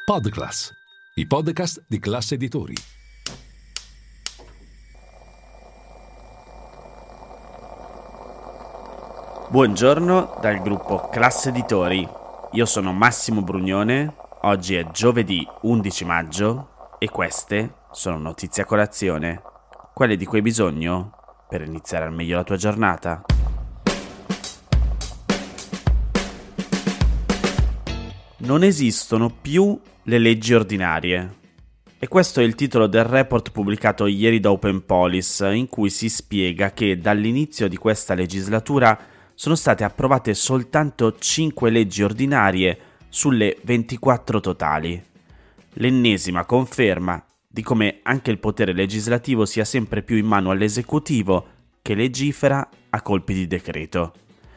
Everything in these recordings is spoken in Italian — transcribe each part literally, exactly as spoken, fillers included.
Podclass, i podcast di Classe Editori. Buongiorno dal gruppo Classe Editori. Io sono Massimo Brugnone. Oggi è giovedì undici maggio e queste sono notizie a colazione, quelle di cui hai bisogno per iniziare al meglio la tua giornata. Non esistono più le leggi ordinarie. E questo è il titolo del report pubblicato ieri da Open Policy, in cui si spiega che dall'inizio di questa legislatura sono state approvate soltanto cinque leggi ordinarie sulle ventiquattro totali. L'ennesima conferma di come anche il potere legislativo sia sempre più in mano all'esecutivo, che legifera a colpi di decreto.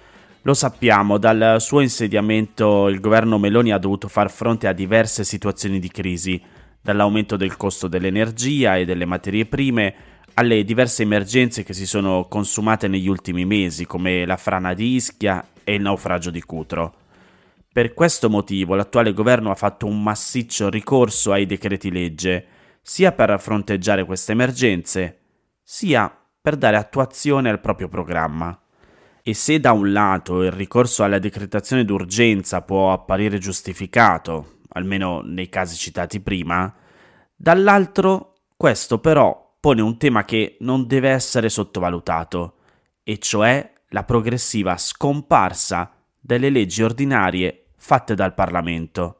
Lo sappiamo, dal suo insediamento il governo Meloni ha dovuto far fronte a diverse situazioni di crisi, dall'aumento del costo dell'energia e delle materie prime alle diverse emergenze che si sono consumate negli ultimi mesi, come la frana di Ischia e il naufragio di Cutro. Per questo motivo l'attuale governo ha fatto un massiccio ricorso ai decreti legge, sia per fronteggiare queste emergenze, sia per dare attuazione al proprio programma. E se da un lato il ricorso alla decretazione d'urgenza può apparire giustificato, almeno nei casi citati prima, dall'altro questo però pone un tema che non deve essere sottovalutato, e cioè la progressiva scomparsa delle leggi ordinarie fatte dal Parlamento.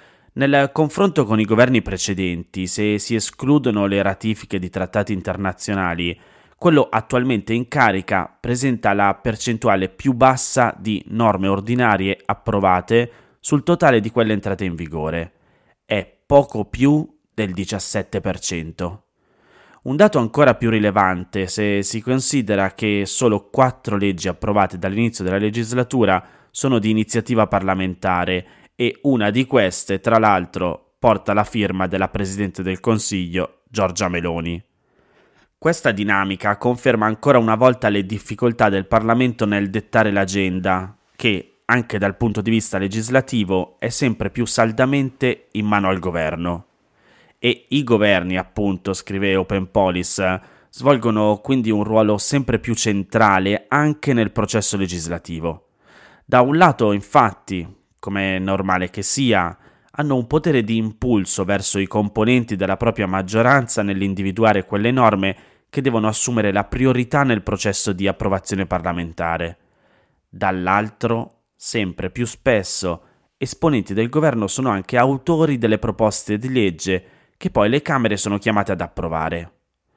Nel confronto con i governi precedenti, se si escludono le ratifiche di trattati internazionali, quello attualmente in carica presenta la percentuale più bassa di norme ordinarie approvate sul totale di quelle entrate in vigore. È poco più del diciassette per cento. Un dato ancora più rilevante se si considera che solo quattro leggi approvate dall'inizio della legislatura sono di iniziativa parlamentare e una di queste, tra l'altro, porta la firma della Presidente del Consiglio, Giorgia Meloni. Questa dinamica conferma ancora una volta le difficoltà del Parlamento nel dettare l'agenda, che, anche dal punto di vista legislativo, è sempre più saldamente in mano al governo. E i governi, appunto, scrive Open Policy, svolgono quindi un ruolo sempre più centrale anche nel processo legislativo. Da un lato, infatti, come è normale che sia, hanno un potere di impulso verso i componenti della propria maggioranza nell'individuare quelle norme che devono assumere la priorità nel processo di approvazione parlamentare. Dall'altro, sempre più spesso, esponenti del governo sono anche autori delle proposte di legge che poi le Camere sono chiamate ad approvare.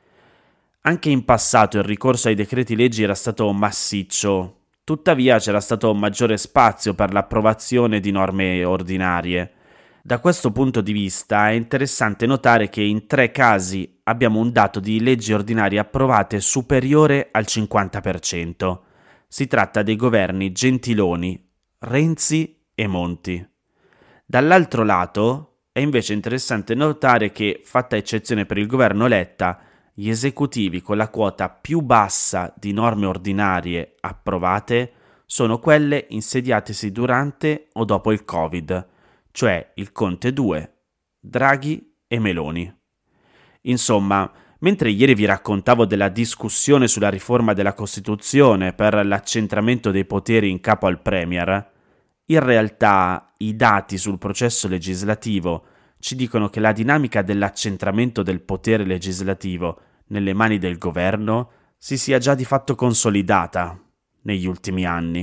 Anche in passato il ricorso ai decreti leggi era stato massiccio, tuttavia c'era stato maggiore spazio per l'approvazione di norme ordinarie. Da questo punto di vista è interessante notare che in tre casi abbiamo un dato di leggi ordinarie approvate superiore al cinquanta per cento. Si tratta dei governi Gentiloni, Renzi e Monti. Dall'altro lato è invece interessante notare che, fatta eccezione per il governo Letta, gli esecutivi con la quota più bassa di norme ordinarie approvate sono quelle insediatesi durante o dopo il Covid, cioè il Conte due, Draghi e Meloni. Insomma, mentre ieri vi raccontavo della discussione sulla riforma della Costituzione per l'accentramento dei poteri in capo al Premier, in realtà i dati sul processo legislativo ci dicono che la dinamica dell'accentramento del potere legislativo nelle mani del governo si sia già di fatto consolidata negli ultimi anni.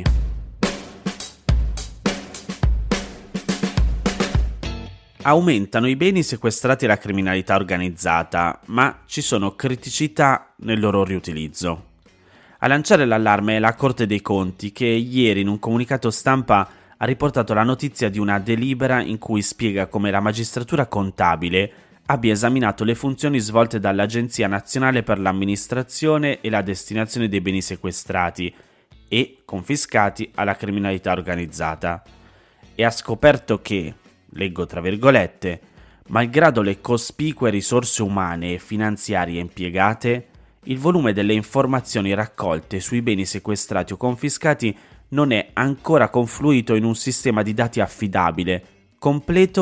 Aumentano i beni sequestrati alla criminalità organizzata, ma ci sono criticità nel loro riutilizzo. A lanciare l'allarme è la Corte dei Conti, che ieri in un comunicato stampa ha riportato la notizia di una delibera in cui spiega come la magistratura contabile abbia esaminato le funzioni svolte dall'Agenzia Nazionale per l'Amministrazione e la Destinazione dei Beni Sequestrati e confiscati alla criminalità organizzata e ha scoperto che, leggo tra virgolette, malgrado le cospicue risorse umane e finanziarie impiegate, il volume delle informazioni raccolte sui beni sequestrati o confiscati non è ancora confluito in un sistema di dati affidabile, completo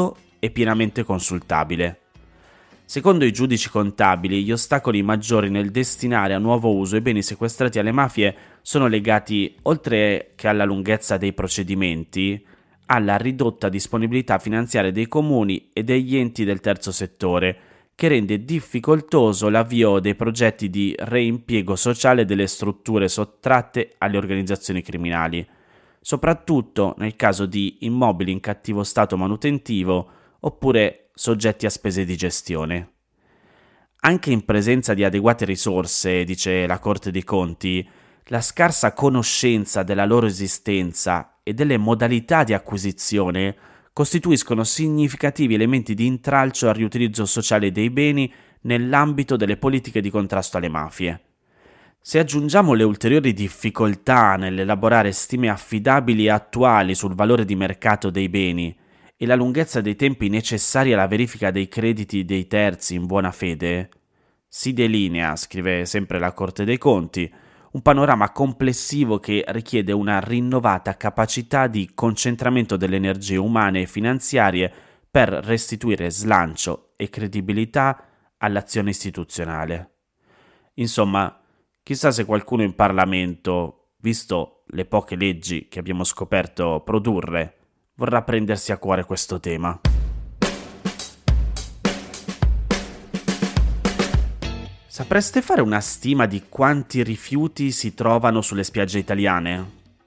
è pienamente consultabile. Secondo i giudici contabili, gli ostacoli maggiori nel destinare a nuovo uso i beni sequestrati alle mafie sono legati, oltre che alla lunghezza dei procedimenti, alla ridotta disponibilità finanziaria dei comuni e degli enti del terzo settore, che rende difficoltoso l'avvio dei progetti di reimpiego sociale delle strutture sottratte alle organizzazioni criminali, soprattutto nel caso di immobili in cattivo stato manutentivo oppure soggetti a spese di gestione. Anche in presenza di adeguate risorse, dice la Corte dei Conti, la scarsa conoscenza della loro esistenza e delle modalità di acquisizione costituiscono significativi elementi di intralcio al riutilizzo sociale dei beni nell'ambito delle politiche di contrasto alle mafie. Se aggiungiamo le ulteriori difficoltà nell'elaborare stime affidabili e attuali sul valore di mercato dei beni e la lunghezza dei tempi necessari alla verifica dei crediti dei terzi in buona fede, si delinea, scrive sempre la Corte dei Conti, un panorama complessivo che richiede una rinnovata capacità di concentramento delle energie umane e finanziarie per restituire slancio e credibilità all'azione istituzionale. Insomma, chissà se qualcuno in Parlamento, visto le poche leggi che abbiamo scoperto produrre, vorrà prendersi a cuore questo tema. Sapreste fare una stima di quanti rifiuti si trovano sulle spiagge italiane?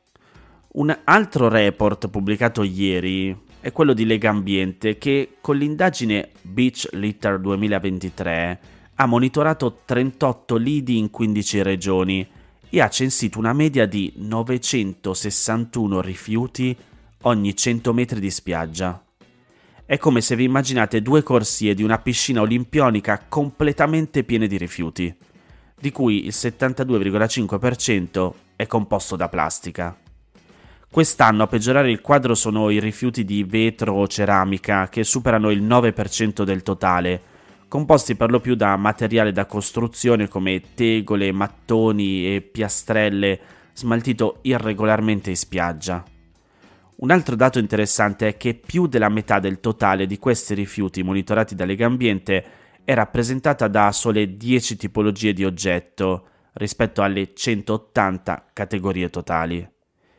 Un altro report pubblicato ieri è quello di Legambiente che con l'indagine Beach Litter duemilaventitré ha monitorato trentotto lidi in quindici regioni e ha censito una media di novecentosessantuno rifiuti ogni cento metri di spiaggia. È come se vi immaginate due corsie di una piscina olimpionica completamente piene di rifiuti, di cui il settantadue virgola cinque per cento è composto da plastica. Quest'anno a peggiorare il quadro sono i rifiuti di vetro o ceramica, che superano il nove per cento del totale, composti per lo più da materiale da costruzione come tegole, mattoni e piastrelle, smaltito irregolarmente in spiaggia. Un altro dato interessante è che più della metà del totale di questi rifiuti monitorati da Legambiente è rappresentata da sole dieci tipologie di oggetto rispetto alle centottanta categorie totali.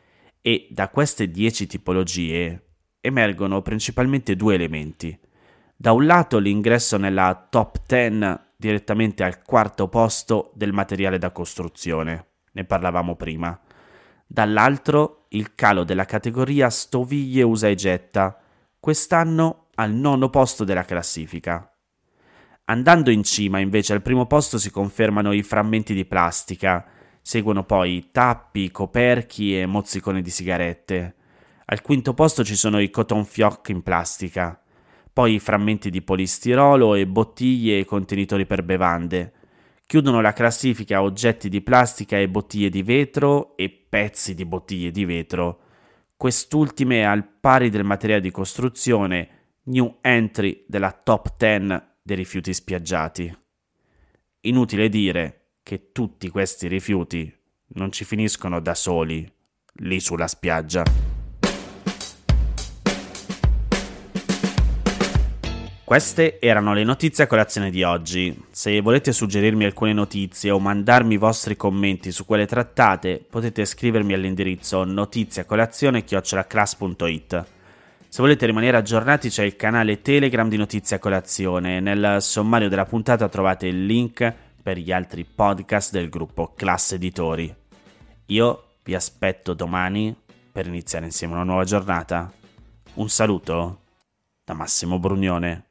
E da queste dieci tipologie emergono principalmente due elementi. Da un lato l'ingresso nella top dieci direttamente al quarto posto del materiale da costruzione, ne parlavamo prima. Dall'altro il calo della categoria stoviglie usa e getta, quest'anno al nono posto della classifica. Andando in cima invece al primo posto si confermano i frammenti di plastica, seguono poi tappi, coperchi e mozziconi di sigarette. Al quinto posto ci sono i cotton fioc in plastica, poi i frammenti di polistirolo e bottiglie e contenitori per bevande. Chiudono la classifica oggetti di plastica e bottiglie di vetro e pezzi di bottiglie di vetro. Quest'ultime al pari del materiale di costruzione, new entry della top dieci dei rifiuti spiaggiati. Inutile dire che tutti questi rifiuti non ci finiscono da soli lì sulla spiaggia. Queste erano le notizie a colazione di oggi. Se volete suggerirmi alcune notizie o mandarmi i vostri commenti su quelle trattate, potete scrivermi all'indirizzo notiziacolazione chiocciola class punto it. Se volete rimanere aggiornati c'è il canale Telegram di Notizie a Colazione. Nel sommario della puntata trovate il link per gli altri podcast del gruppo Class Editori. Io vi aspetto domani per iniziare insieme una nuova giornata. Un saluto da Massimo Brugnone.